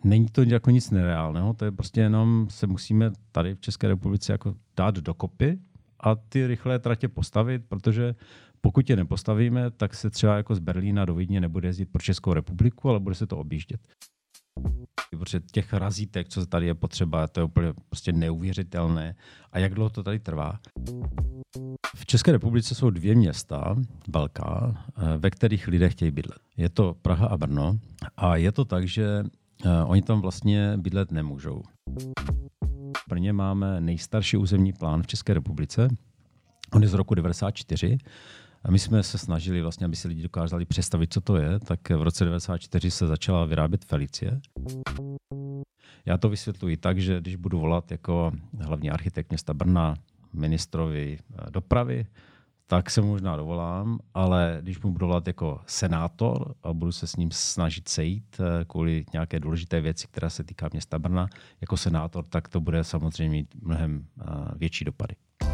není to jako nic nereálného, to je prostě jenom se musíme tady v České republice jako dát dokopy a ty rychlé tratě postavit, protože pokud je nepostavíme, tak se třeba jako z Berlína do Vídně nebude jezdit pro Českou republiku, ale bude se to objíždět. Protože těch razítek, co tady je potřeba, to je úplně prostě neuvěřitelné. A jak dlouho to tady trvá? V České republice jsou 2 města velká, ve kterých lidé chtějí bydlet. Je to Praha a Brno a je to tak, že oni tam vlastně bydlet nemůžou. V Brně máme nejstarší územní plán v České republice. On je z roku 1994. A my jsme se snažili vlastně, aby si lidi dokázali představit, co to je, tak v roce 1994 se začala vyrábět Felicie. Já to vysvětluji tak, že když budu volat jako hlavní architekt města Brna ministrovi dopravy, tak se možná dovolám, ale když mu budu volat jako senátor a budu se s ním snažit sejít kvůli nějaké důležité věci, která se týká města Brna jako senátor, tak to bude samozřejmě mít mnohem větší dopady.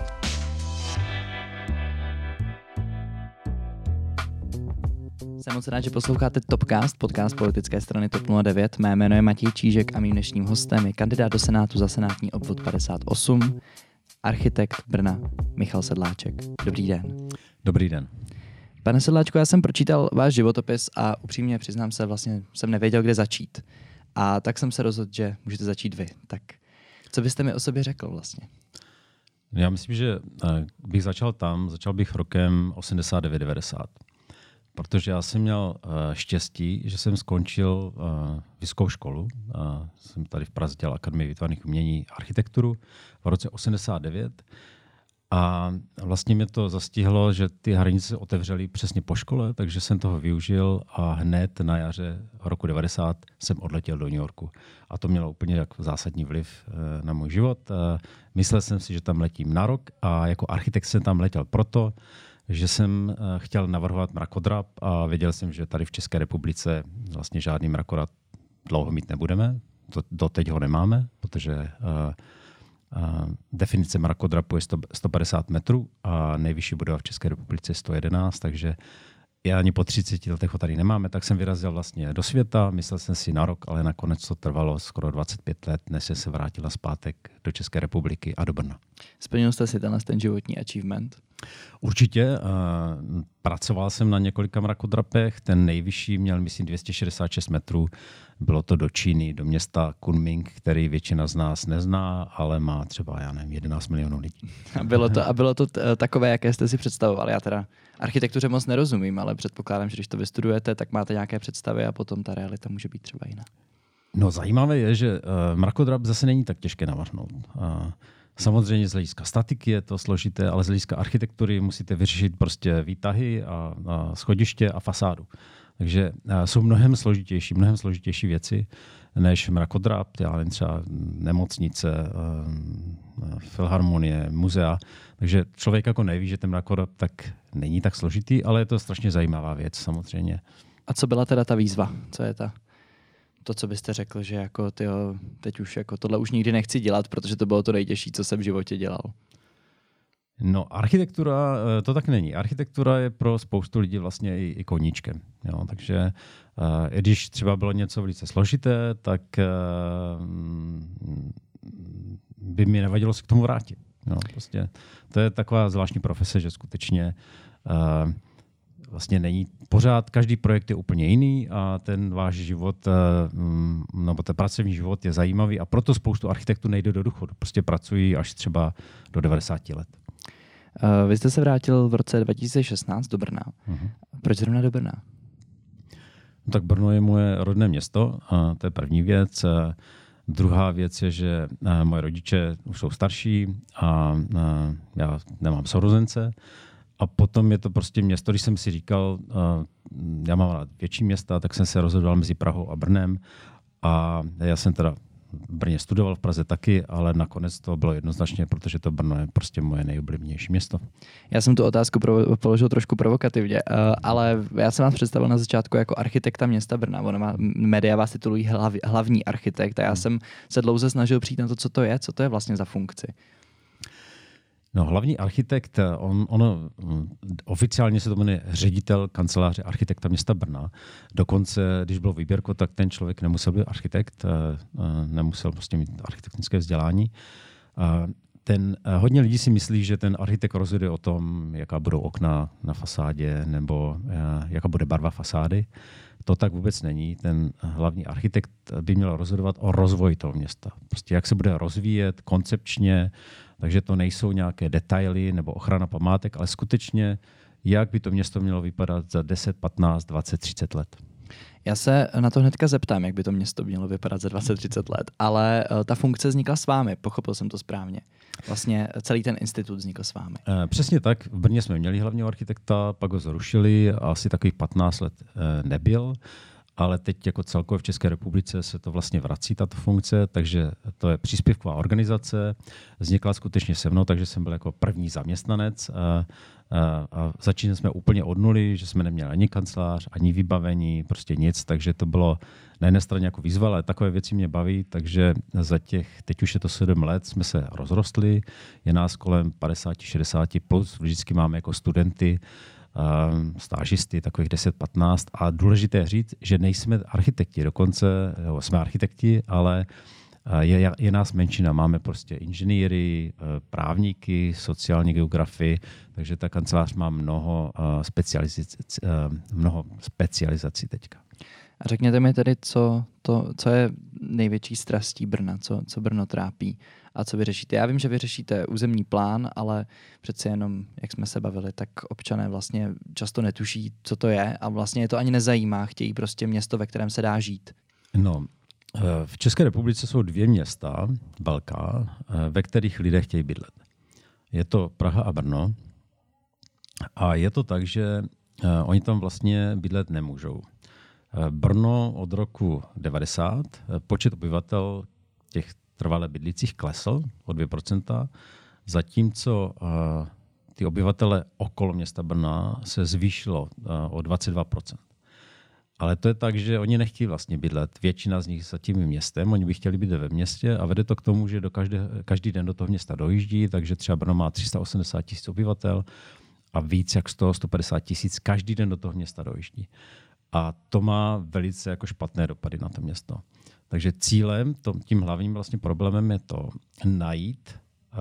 Jsem moc rád, že posloucháte Topcast, podcast politické strany TOP 09. Mé jméno je Matěj Čížek a mým dnešním hostem je kandidát do Senátu za senátní obvod 58, architekt Brna Michal Sedláček. Dobrý den. Dobrý den. Pane Sedláčku, já jsem pročítal váš životopis a upřímně přiznám se, vlastně jsem nevěděl, kde začít. A tak jsem se rozhodl, že můžete začít vy. Tak co byste mi o sobě řekl vlastně? Já myslím, že bych začal bych rokem 89-90. Protože já jsem měl štěstí, že jsem skončil vysokou školu. Jsem tady v Praze dělal Akademii výtvarných umění architekturu v roce 89. A vlastně mě to zastihlo, že ty hranice se otevřely přesně po škole, takže jsem toho využil a hned na jaře roku 90 jsem odletěl do New Yorku. A to mělo úplně jako zásadní vliv na můj život. Myslel jsem si, že tam letím na rok a jako architekt jsem tam letěl proto, že jsem chtěl navrhovat mrakodrap a věděl jsem, že tady v České republice vlastně žádný mrakodrap dlouho mít nebudeme. Doteď ho nemáme, protože definice mrakodrapu je 150 metrů a nejvyšší budova v České republice je 111, takže já ani po 30 letech ho tady nemáme, tak jsem vyrazil vlastně do světa, myslel jsem si na rok, ale nakonec to trvalo skoro 25 let, než jsem se vrátil zpátek do České republiky a do Brna. Splnil jste si ten životní achievement? Určitě. Pracoval jsem na několika mrakodrapech. Ten nejvyšší měl, myslím, 266 metrů. Bylo to do Číny, do města Kunming, který většina z nás nezná, ale má třeba, 11 milionů lidí. A bylo to takové, jaké jste si představoval? Já teda architektuře moc nerozumím, ale předpokládám, že když to vystudujete, tak máte nějaké představy a potom ta realita může být třeba jiná. No, zajímavé je, že mrakodrap zase není tak těžké navrhnout. Samozřejmě z hlediska statiky je to složité, ale z hlediska architektury musíte vyřešit prostě výtahy a schodiště a fasádu. Takže jsou mnohem složitější věci než mrakodrap, třeba nemocnice, filharmonie, muzea. Takže člověk jako neví, že ten mrakodrap tak není tak složitý, ale je to strašně zajímavá věc samozřejmě. A co byla teda ta výzva? Co je to, co byste řekl, že jako teď už jako tohle už nikdy nechci dělat, protože to bylo to nejtěžší, co jsem v životě dělal? No, architektura to tak není. Architektura je pro spoustu lidí vlastně i koníčkem. Jo? Takže když třeba bylo něco velice složité, tak by mi nevadilo se k tomu vrátit. Jo? Prostě to je taková zvláštní profese, že skutečně vlastně není pořád, každý projekt je úplně jiný a ten váš život, nebo ten pracovní život je zajímavý a proto spoustu architektů nejde do důchodu. Prostě pracují až třeba do 90 let. Vy jste se vrátil v roce 2016 do Brna. Proč zrovna do Brna? No, tak Brno je moje rodné město, a to je první věc. Druhá věc je, že moje rodiče už jsou starší a já nemám sourozence. A potom je to prostě město, když jsem si říkal, já mám rád větší města, tak jsem se rozhodoval mezi Prahou a Brnem. A já jsem teda v Brně studoval, v Praze taky, ale nakonec to bylo jednoznačně, protože to Brno je prostě moje nejoblíbenější město. Já jsem tu otázku položil trošku provokativně, ale já jsem vás představil na začátku jako architekta města Brna. Média vás titulují hlavní architekt a já jsem se dlouze snažil přijít na to, co to je vlastně za funkci. No, hlavní architekt, on oficiálně se to jmenuje ředitel kanceláře architekta města Brna. Dokonce, když bylo výběrko, tak ten člověk nemusel být architekt, nemusel prostě mít architektonické vzdělání. Hodně lidí si myslí, že ten architekt rozhoduje o tom, jaká budou okna na fasádě nebo jaká bude barva fasády. To tak vůbec není. Ten hlavní architekt by měl rozhodovat o rozvoji toho města. Prostě jak se bude rozvíjet koncepčně, takže to nejsou nějaké detaily nebo ochrana památek, ale skutečně, jak by to město mělo vypadat za 10, 15, 20, 30 let. Já se na to hnedka zeptám, jak by to město mělo vypadat za 20-30 let, ale ta funkce vznikla s vámi, pochopil jsem to správně. Vlastně celý ten institut vznikl s vámi. Přesně tak. V Brně jsme měli hlavního architekta, pak ho zrušili, asi takových 15 let nebyl, ale teď jako celkově v České republice se to vlastně vrací, tato funkce, takže to je příspěvková organizace, vznikla skutečně se mnou, takže jsem byl jako první zaměstnanec a začínali jsme úplně od nuly, že jsme neměli ani kancelář, ani vybavení, prostě nic, takže to bylo na jedné straně jako výzva, ale takové věci mě baví, takže teď už je to 7 let, jsme se rozrostli, je nás kolem 50, 60 plus, vždycky máme jako studenty, stážisty, takových 10-15 a důležité je říct, že nejsme architekti, dokonce jsme architekti, ale je nás menšina. Máme prostě inženýry, právníky, sociální geografy, takže ta kancelář má mnoho specializací teďka. A řekněte mi tedy, co je největší strastí Brna, co Brno trápí a co vy řešíte. Já vím, že vy řešíte územní plán, ale přece jenom, jak jsme se bavili, tak občané vlastně často netuší, co to je a vlastně je to ani nezajímá, chtějí prostě město, ve kterém se dá žít. No, v České republice jsou 2 města velká, ve kterých lidé chtějí bydlet. Je to Praha a Brno a je to tak, že oni tam vlastně bydlet nemůžou. Brno od roku 90, počet obyvatel těch trvale bydlících klesl o 2%, zatímco ty obyvatele okolo města Brna se zvýšilo o 22%. Ale to je tak, že oni nechtějí vlastně bydlet. Většina z nich za tím městem, oni by chtěli bydlet ve městě a vede to k tomu, že každý den do toho města dojíždí, takže třeba Brno má 380 000 obyvatel a víc jak 150 000 každý den do toho města dojíždí. A to má velice jako špatné dopady na to město. Takže cílem, tím hlavním vlastně problémem je to najít,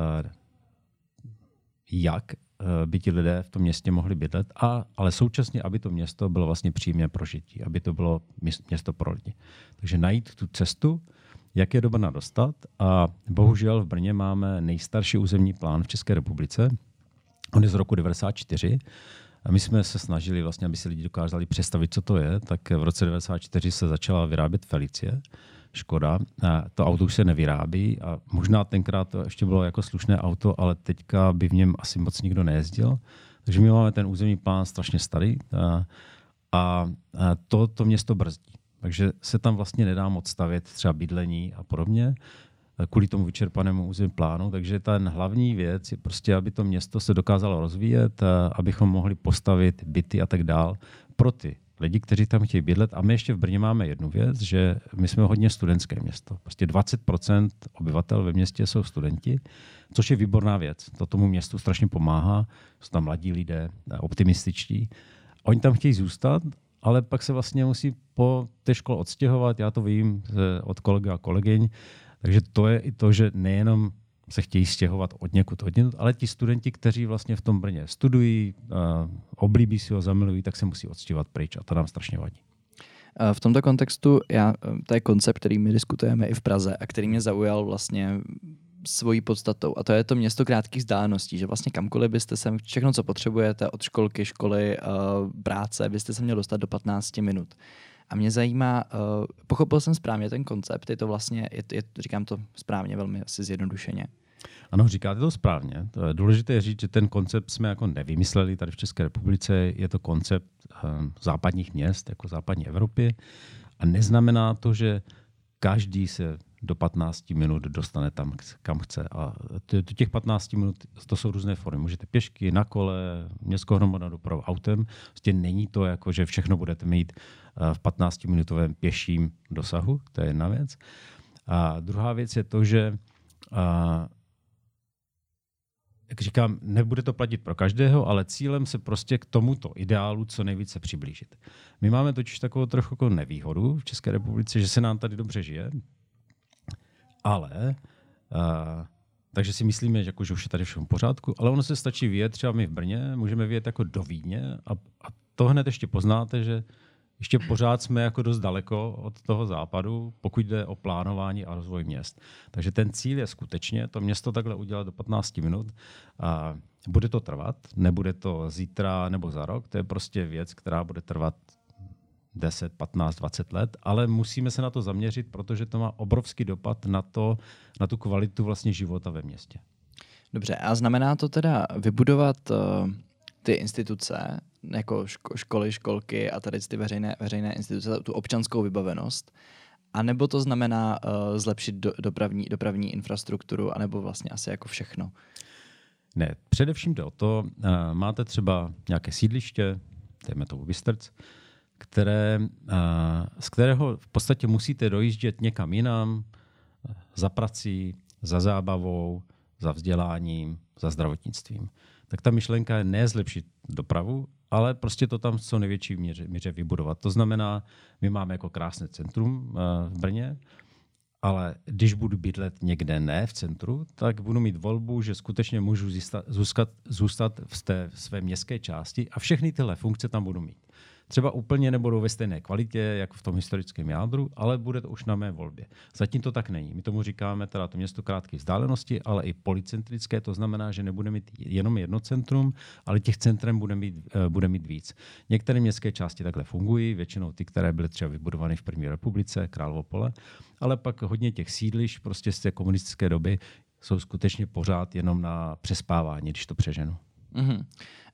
jak by ti lidé v tom městě mohli bydlet, ale současně, aby to město bylo vlastně příjemné pro žití, aby to bylo město pro lidi. Takže najít tu cestu, jak je do Brna dostat. A bohužel v Brně máme nejstarší územní plán v České republice. On je z roku 1994. A my jsme se snažili vlastně, aby si lidi dokázali představit, co to je, tak v roce 1994 se začala vyrábět Felicie, Škoda. A to auto už se nevyrábí a možná tenkrát to ještě bylo jako slušné auto, ale teďka by v něm asi moc nikdo nejezdil. Takže my máme ten územní plán strašně starý a to město brzdí. Takže se tam vlastně nedá moc stavět třeba bydlení a podobně kvůli tomu vyčerpanému územní plánu. Takže ten hlavní věc je prostě, aby to město se dokázalo rozvíjet, abychom mohli postavit byty a tak dál pro ty lidi, kteří tam chtějí bydlet. A my ještě v Brně máme jednu věc, že my jsme hodně studentské město. Prostě 20% obyvatel ve městě jsou studenti, což je výborná věc. To tomu městu strašně pomáhá. Jsou tam mladí lidé, optimističtí. Oni tam chtějí zůstat, ale pak se vlastně musí po té škole odstěhovat. Já to vím od kolegy a kolegyň. Takže to je i to, že nejenom se chtějí stěhovat od někud, ale ti studenti, kteří vlastně v tom Brně studují, oblíbí si ho, zamilují, tak se musí odstěhovat pryč a to nám strašně vadí. V tomto kontextu to je koncept, který my diskutujeme i v Praze a který mě zaujal vlastně svojí podstatou. A to je to město krátkých vzdáleností, že vlastně kamkoliv byste se, všechno, co potřebujete od školky, školy, práce, byste se měl dostat do 15 minut. A mě zajímá, pochopil jsem správně ten koncept, je to vlastně, říkám to správně, velmi asi zjednodušeně. Ano, říkáte to správně. To je důležité říct, že ten koncept jsme jako nevymysleli tady v České republice, je to koncept západních měst, jako západní Evropy a neznamená to, že každý se do 15 minut dostane tam, kam chce. A těch 15 minut, to jsou různé formy. Můžete pěšky, na kole, městskou hromadnou dopravu, autem. Prostě není to jako, že všechno budete mít v 15-minutovém pěším dosahu. To je jedna věc. A druhá věc je to, že jak říkám, nebude to platit pro každého, ale cílem se prostě k tomuto ideálu co nejvíce přiblížit. My máme totiž takovou trochu jako nevýhodu v České republice, že se nám tady dobře žije, ale takže si myslíme, že už je tady všechno v pořádku, ale ono se stačí vyjet, třeba my v Brně, můžeme vyjet jako do Vídně a to hned ještě poznáte, že ještě pořád jsme jako dost daleko od toho západu, pokud jde o plánování a rozvoj měst. Takže ten cíl je skutečně to město takhle udělat do 15 minut. A bude to trvat, nebude to zítra nebo za rok, to je prostě věc, která bude trvat 10, 15, 20 let, ale musíme se na to zaměřit, protože to má obrovský dopad na tu kvalitu vlastně života ve městě. Dobře, a znamená to teda vybudovat ty instituce, jako školy, školky a tady ty veřejné instituce, tu občanskou vybavenost, anebo to znamená zlepšit dopravní infrastrukturu, anebo vlastně asi jako všechno? Ne, především jde o to, máte třeba nějaké sídliště, dejme to Bystrc, z kterého v podstatě musíte dojíždět někam jinam, za prací, za zábavou, za vzděláním, za zdravotnictvím. Tak ta myšlenka je ne zlepšit dopravu, ale prostě to tam v co největší míře vybudovat. To znamená, my máme jako krásné centrum v Brně, ale když budu bydlet někde ne v centru, tak budu mít volbu, že skutečně můžu zůstat v té své městské části a všechny tyhle funkce tam budu mít. Třeba úplně nebudou ve stejné kvalitě, jak v tom historickém jádru, ale bude to už na mé volbě. Zatím to tak není. My tomu říkáme teda to město krátké vzdálenosti, ale i polycentrické, to znamená, že nebude mít jenom jedno centrum, ale těch centrem bude mít víc. Některé městské části takhle fungují, většinou ty, které byly třeba vybudovány v první republice, Královo Pole, ale pak hodně těch sídlišť prostě z té komunistické doby jsou skutečně pořád jenom na přespávání, když to přeženu. Mm-hmm.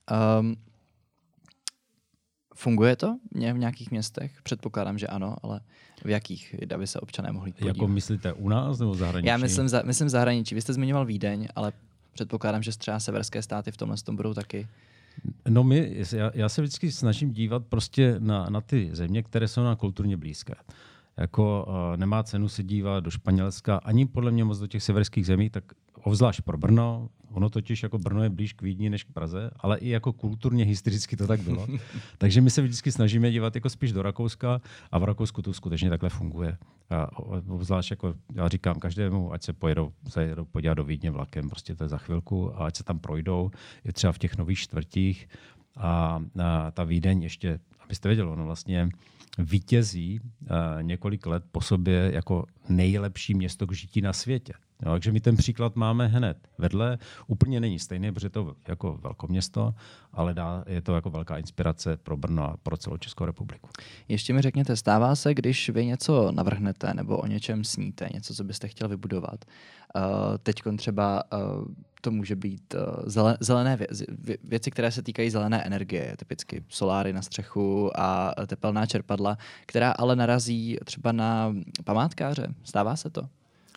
Funguje to v nějakých městech? Předpokládám, že ano, ale v jakých, aby se občané mohli podívat? Jako myslíte u nás nebo v zahraničí? Já myslím v zahraničí. Vy jste zmiňoval Vídeň, ale předpokládám, že třeba severské státy v tomhle tom budou taky. No já se vždycky snažím dívat prostě na ty země, které jsou nám kulturně blízké. Jako nemá cenu se dívat do Španělska, ani podle mě moc do těch severských zemí, tak obzvlášť pro Brno. Ono totiž jako Brno je blíž k Vídni než k Praze, ale i jako kulturně, historicky to tak bylo. Takže my se vždycky snažíme dívat jako spíš do Rakouska a v Rakousku to skutečně takhle funguje. A obzvlášť jako já říkám každému, ať se pojedou podívat do Vídně vlakem, prostě to je za chvilku a ať se tam projdou, je třeba v těch nových čtvrtích a ta Vídeň ještě, abyste věděli, ono vlastně vítězí několik let po sobě jako nejlepší město k žití na světě. No, takže my ten příklad máme hned vedle. Úplně není stejný, protože je to jako velkoměsto, ale je to jako velká inspirace pro Brno a pro celou Českou republiku. Ještě mi řekněte, stává se, když vy něco navrhnete nebo o něčem sníte, něco, co byste chtěl vybudovat. Teďkon třeba to může být zelené věci, které se týkají zelené energie, typicky soláry na střechu a tepelná čerpadla, která ale narazí třeba na památkáře. Stává se to?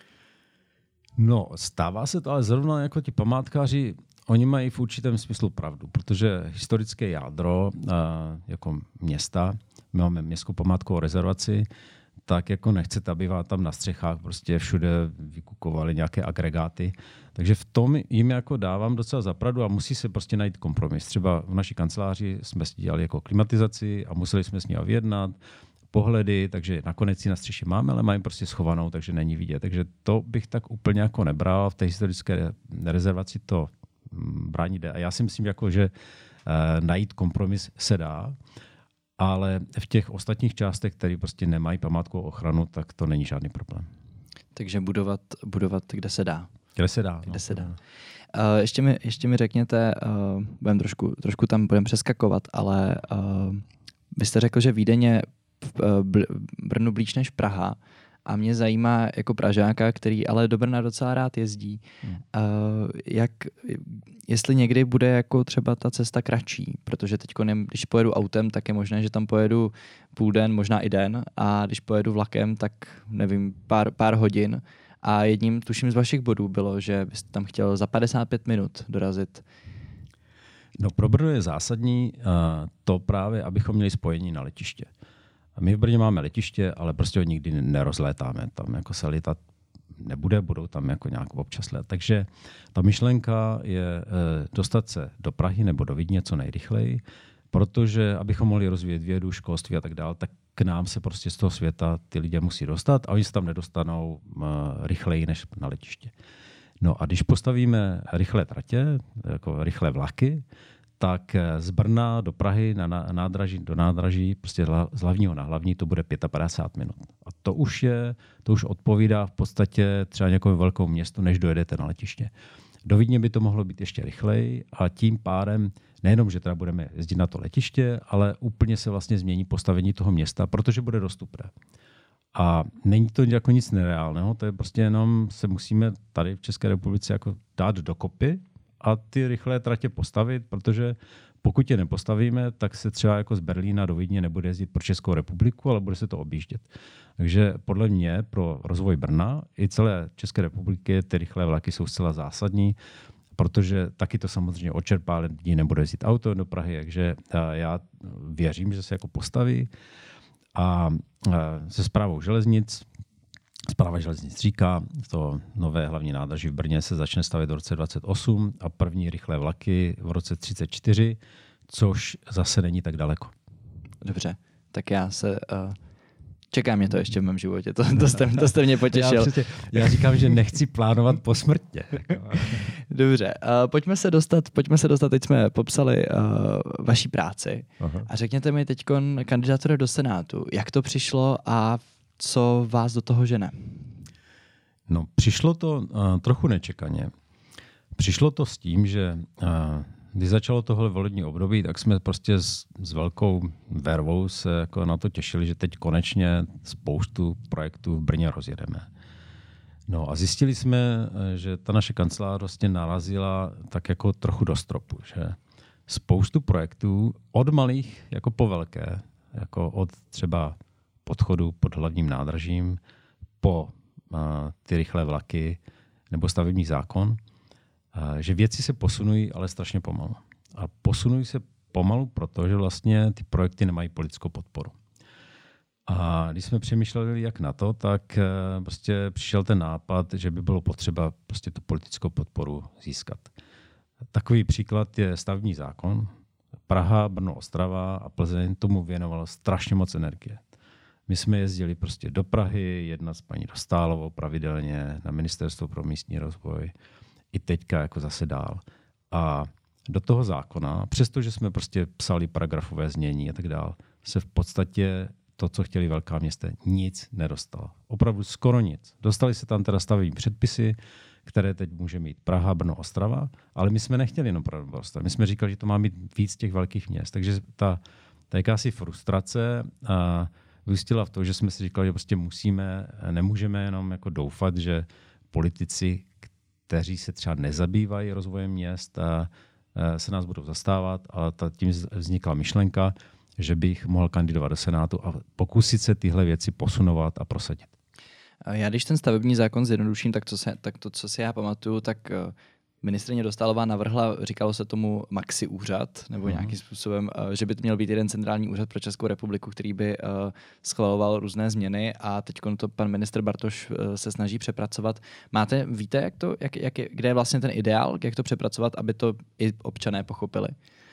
No, stává se to, ale zrovna jako ti památkáři, oni mají v určitém smyslu pravdu, protože historické jádro jako města, my máme městskou památkovou rezervaci, tak jako nechcete, aby vám tam na střechách prostě všude vykukovaly nějaké agregáty. Takže v tom jim jako dávám docela za pravdu a musí se prostě najít kompromis. Třeba v naší kanceláři jsme si dělali jako klimatizaci a museli jsme s ní vyjednat pohledy, takže nakonec si na střeše máme, ale mají prostě schovanou, takže není vidět. Takže to bych tak úplně jako nebral. V té historické rezervaci to brání jde. A já si myslím, jako, že najít kompromis se dá, ale v těch ostatních částech, které prostě nemají památkovou ochranu, tak to není žádný problém. Takže budovat kde se dá. Kde se dá. Kde se dá. Ještě mi řekněte, budeme trošku tam budeme přeskakovat, ale vy jste řekl, že Vídeň je v Brnu blíž než Praha a mě zajímá jako Pražáka, který ale do Brna docela rád jezdí, jestli někdy bude jako třeba ta cesta kratší, protože teď, když pojedu autem, tak je možné, že tam pojedu půl den, možná i den, a když pojedu vlakem, tak nevím, pár hodin. A jedním, tuším, z vašich bodů bylo, že byste tam chtěl za 55 minut dorazit. No pro Brno je zásadní to právě, abychom měli spojení na letiště. A my v Brně máme letiště, ale prostě ho nikdy nerozlétáme. Tam jako se lítat nebude, budou tam jako nějak občas let. Takže ta myšlenka je dostat se do Prahy nebo do Vídně co nejrychleji, protože abychom mohli rozvíjet vědu, školství a tak dále, tak k nám se prostě z toho světa ty lidé musí dostat a oni se tam nedostanou rychleji než na letiště. No a když postavíme rychlé tratě, jako rychlé vlaky, tak z Brna do Prahy do nádraží, prostě z hlavního na hlavní, to bude 55 minut. A to už odpovídá v podstatě třeba nějakému velkému městu, než dojedete na letiště. Do Vídně by to mohlo být ještě rychleji a tím pádem nejenom, že teda budeme jezdit na to letiště, ale úplně se vlastně změní postavení toho města, protože bude dostupné. A není to jako nic nereálného, to je prostě jenom se musíme tady v České republice jako dát dokopy a ty rychlé tratě postavit, protože pokud je nepostavíme, tak se třeba jako z Berlína do Vídně nebude jezdit pro Českou republiku, ale bude se to objíždět. Takže podle mě pro rozvoj Brna i celé České republiky ty rychlé vlaky jsou zcela zásadní, protože taky to samozřejmě odčerpá, lidí nebude jezdit auto do Prahy, takže já věřím, že se jako postaví. A se správou železnic, Správa železnic říká, to nové hlavní nádraží v Brně se začne stavět v roce 28 a první rychlé vlaky v roce 34, což zase není tak daleko. Dobře, tak já se... Čeká mě to ještě v mém životě, to jste mě potěšil. Já říkám, že nechci plánovat posmrtně. Dobře, pojďme se dostat, teď jsme popsali vaší práci. Aha. A řekněte mi teď kandidátora do Senátu, jak to přišlo a co vás do toho žene? No, přišlo to trochu nečekaně. Přišlo to s tím, že když začalo tohle volební období, tak jsme prostě s velkou vervou se jako na to těšili, že teď konečně spoustu projektů v Brně rozjedeme. No a zjistili jsme, že ta naše kancelář vlastně narazila tak jako trochu do stropu, že spoustu projektů od malých jako po velké, jako od třeba podchodu pod hlavním nádražím po ty rychlé vlaky nebo stavební zákon, že věci se posunují, ale strašně pomalu. A posunují se pomalu, protože vlastně ty projekty nemají politickou podporu. A když jsme přemýšleli, jak na to, tak prostě přišel ten nápad, že by bylo potřeba prostě tu politickou podporu získat. Takový příklad je stavební zákon. Praha, Brno, Ostrava a Plzeň tomu věnovalo strašně moc energie. My jsme jezdili prostě do Prahy, jednat s paní Dostálovou pravidelně na Ministerstvo pro místní rozvoj, i teďka jako zase dál. A do toho zákona, přestože jsme prostě psali paragrafové znění a tak dál, se v podstatě to, co chtěli velká města, nic nedostalo. Opravdu skoro nic. Dostali se tam teda stavební předpisy, které teď může mít Praha, Brno, Ostrava, ale my jsme nechtěli jenom Prahu, Brno, Ostrava. My jsme říkali, že to má být víc těch velkých měst. Takže ta jakási frustrace vyústila v to, že jsme si říkali, že prostě nemůžeme jenom jako doufat, že politici, kteří se třeba nezabývají rozvojem měst, se nás budou zastávat, ale tím vznikla myšlenka, že bych mohl kandidovat do Senátu a pokusit se tyhle věci posunovat a prosadit. Já když ten stavební zákon zjednoduším, tak to, co si já pamatuju, tak ministryně Dostálová navrhla, říkalo se tomu maxi úřad, nebo nějakým způsobem, že by to měl být jeden centrální úřad pro Českou republiku, který by schvaloval různé změny a teď to pan ministr Bartoš se snaží přepracovat. Víte, kde je vlastně ten ideál, jak to přepracovat, aby to i občané pochopili?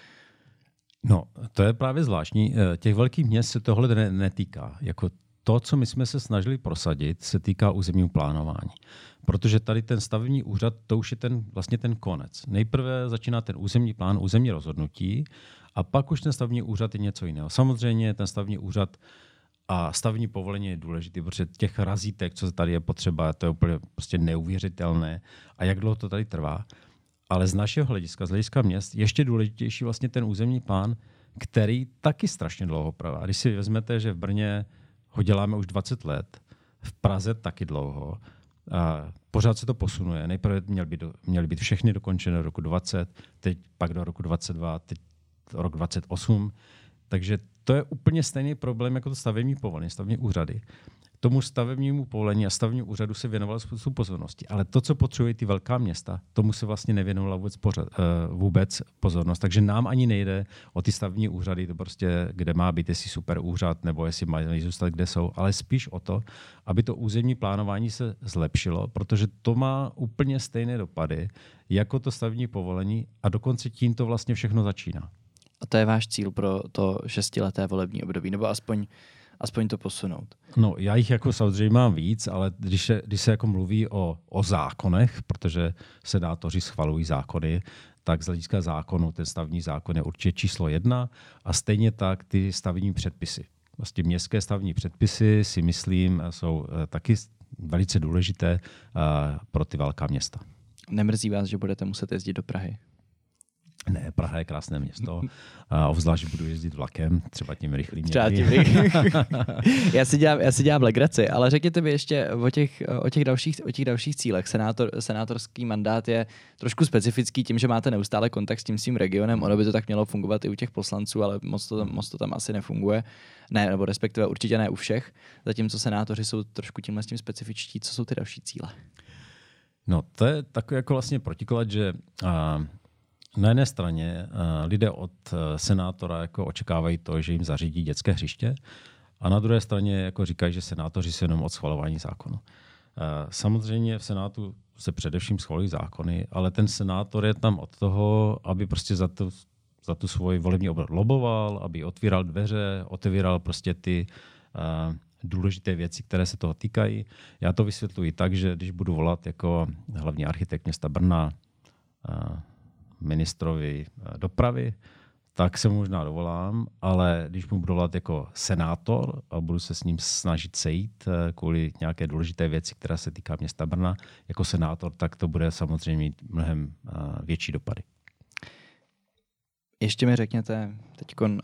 No, to je právě zvláštní. Těch velkých měst se tohle netýká. Jako to, co my jsme se snažili prosadit, se týká územního plánování. Protože tady ten stavební úřad, to už je vlastně ten konec. Nejprve začíná ten územní plán, územní rozhodnutí a pak už ten stavební úřad je něco jiného. Samozřejmě ten stavební úřad a stavební povolení je důležitý, protože těch razítek, co tady je potřeba, to je úplně prostě neuvěřitelné a jak dlouho to tady trvá. Ale z našeho hlediska, z hlediska měst, ještě důležitější vlastně ten územní plán, který taky strašně dlouho trvá. Když si vezmete, že v Brně ho děláme už 20 let, v Praze taky dlouho, a pořád se to posunuje. Nejprve měly být všechny dokončené do roku 20, teď pak do roku 22, teď rok 28. Takže to je úplně stejný problém jako to stavební povolení, stavební úřady. tomu stavebnímu povolení a stavebnímu úřadu se věnovala spoustu pozornosti. Ale to, co potřebují ty velká města, tomu se vlastně nevěnovala vůbec pozornost. Takže nám ani nejde o ty stavební úřady, to prostě, kde má být, jestli super úřad, nebo jestli mají zůstat, kde jsou, ale spíš o to, aby to územní plánování se zlepšilo, protože to má úplně stejné dopady jako to stavební povolení a dokonce tím to vlastně všechno začíná. A to je váš cíl pro to 6leté volební období, nebo aspoň to posunout? No, já jich jako samozřejmě mám víc, ale když se jako mluví o zákonech, protože senátoři schvalují zákony, tak z hlediska zákonu ten stavební zákon je určitě číslo 1 a stejně tak ty stavební předpisy. Vlastně městské stavební předpisy si myslím jsou taky velice důležité pro ty velká města. Nemrzí vás, že budete muset jezdit do Prahy? Ne, Praha je krásné město. Obzvlášť budu jezdit vlakem, třeba tím rychlým. Já si dělám legraci, ale řekněte mi ještě o těch dalších cílech. Senátorský mandát je trošku specifický tím, že máte neustále kontakt s tím svým regionem. Ono by to tak mělo fungovat i u těch poslanců, ale moc to tam asi nefunguje. Ne, nebo respektive určitě ne u všech. Zatímco senátoři jsou trošku tímhle s tím specifičtí. Co jsou ty další cíle? No, to je takový jako vlastně protiklad, že na jedné straně lidé od senátora jako očekávají to, že jim zařídí dětské hřiště, a na druhé straně jako říkají, že senátoři jsou jenom od schvalování zákonu. Samozřejmě v Senátu se především schvalují zákony, ale ten senátor je tam od toho, aby prostě za tu svoji volební oblast loboval, aby otvíral dveře, otevíral prostě ty důležité věci, které se toho týkají. Já to vysvětluji tak, že když budu volat jako hlavní architekt města Brna ministrovi dopravy, tak se možná dovolám, ale když mu budu volat jako senátor a budu se s ním snažit sejít kvůli nějaké důležité věci, která se týká města Brna, jako senátor, tak to bude samozřejmě mít mnohem větší dopady. Ještě mi řekněte, teďkon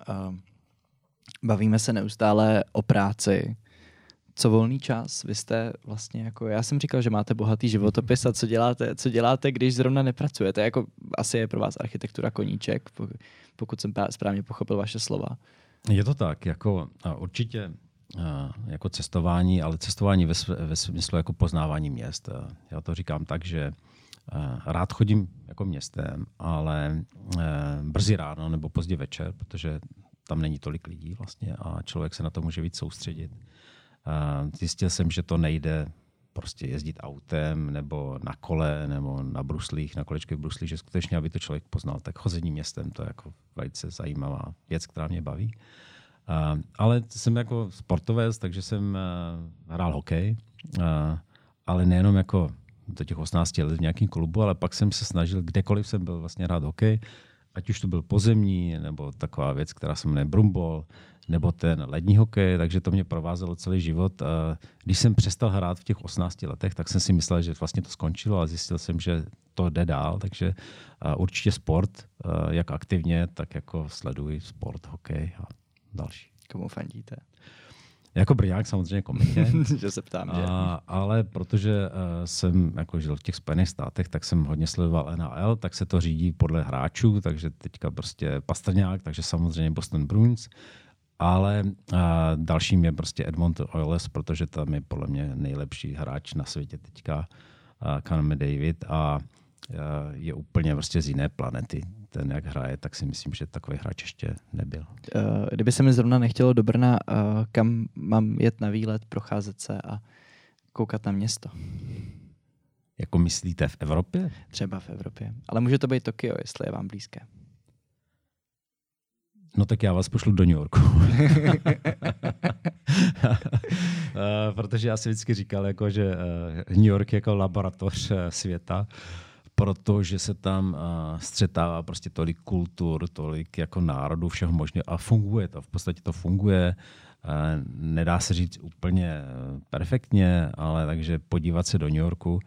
bavíme se neustále o práci. Co volný čas? Vy jste vlastně jako, já jsem říkal, že máte bohatý životopis, a co děláte, když zrovna nepracujete? Jako asi je pro vás architektura koníček, pokud jsem správně pochopil vaše slova. Je to tak, jako určitě jako cestování, ale cestování ve smyslu jako poznávání měst. Já to říkám tak, že rád chodím jako městem, ale brzy ráno nebo pozdě večer, protože tam není tolik lidí vlastně a člověk se na to může víc soustředit. Zjistil jsem, že to nejde prostě jezdit autem nebo na kole nebo na bruslích, na kolečkových bruslích, že skutečně, aby to člověk poznal, tak chození městem, to je jako velice zajímavá věc, která mě baví. Ale jsem jako sportovec, takže jsem hrál hokej, ale nejenom jako do těch 18 let v nějakém klubu, ale pak jsem se snažil, kdekoliv jsem byl vlastně hrát hokej, ať už to byl pozemní, nebo taková věc, která se jmenuje brumbol, nebo ten lední hokej, takže to mě provázelo celý život. Když jsem přestal hrát v těch 18 letech, tak jsem si myslel, že vlastně to skončilo, a zjistil jsem, že to jde dál, takže určitě sport, jak aktivně, tak jako sleduji sport, hokej a další. Komu fandíte? Jako Brňák samozřejmě komitě. Že se ptám, ale protože jsem jako žil v těch Spojených státech, tak jsem hodně sledoval NHL, tak se to řídí podle hráčů, takže teďka prostě Pastrňák, takže samozřejmě Boston Bruins. Ale dalším je prostě Edmonton Oilers, protože tam je podle mě nejlepší hráč na světě teďka, Connor McDavid, a je úplně prostě z jiné planety. Ten, jak hraje, tak si myslím, že takový hráč ještě nebyl. Kdyby se mi zrovna nechtělo do Brna, kam mám jet na výlet, procházet se a koukat na město? Jako myslíte v Evropě? Třeba v Evropě. Ale může to být Tokio, jestli je vám blízké. No tak já vás pošlu do New Yorku. Protože já si vždycky říkal, jako, že New York je jako laboratoř světa, protože se tam střetává prostě tolik kultur, tolik jako národů, všeho možného, a funguje to. V podstatě to funguje. Nedá se říct úplně perfektně, ale takže podívat se do New Yorku.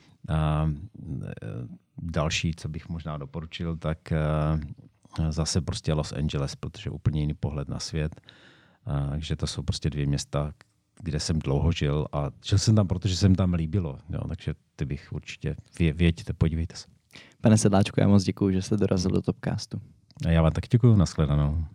Další, co bych možná doporučil, tak zase prostě Los Angeles, protože je úplně jiný pohled na svět. Takže to jsou prostě 2 města, kde jsem dlouho žil, a žil jsem tam, protože se mi tam líbilo. Jo, takže ty bych určitě věděte, podívejte se. Pane Sedláčku, já moc děkuju, že jste dorazil do Topcastu. A já vám taky děkuju, nashledanou.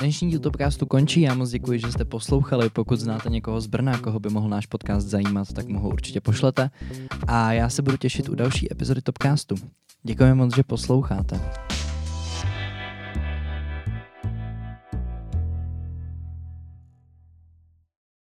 Dnešní díl Topcastu končí, já moc děkuji, že jste poslouchali. Pokud znáte někoho z Brna, koho by mohl náš podcast zajímat, tak mu ho určitě pošlete. A já se budu těšit u další epizody Topcastu. Děkujeme moc, že posloucháte.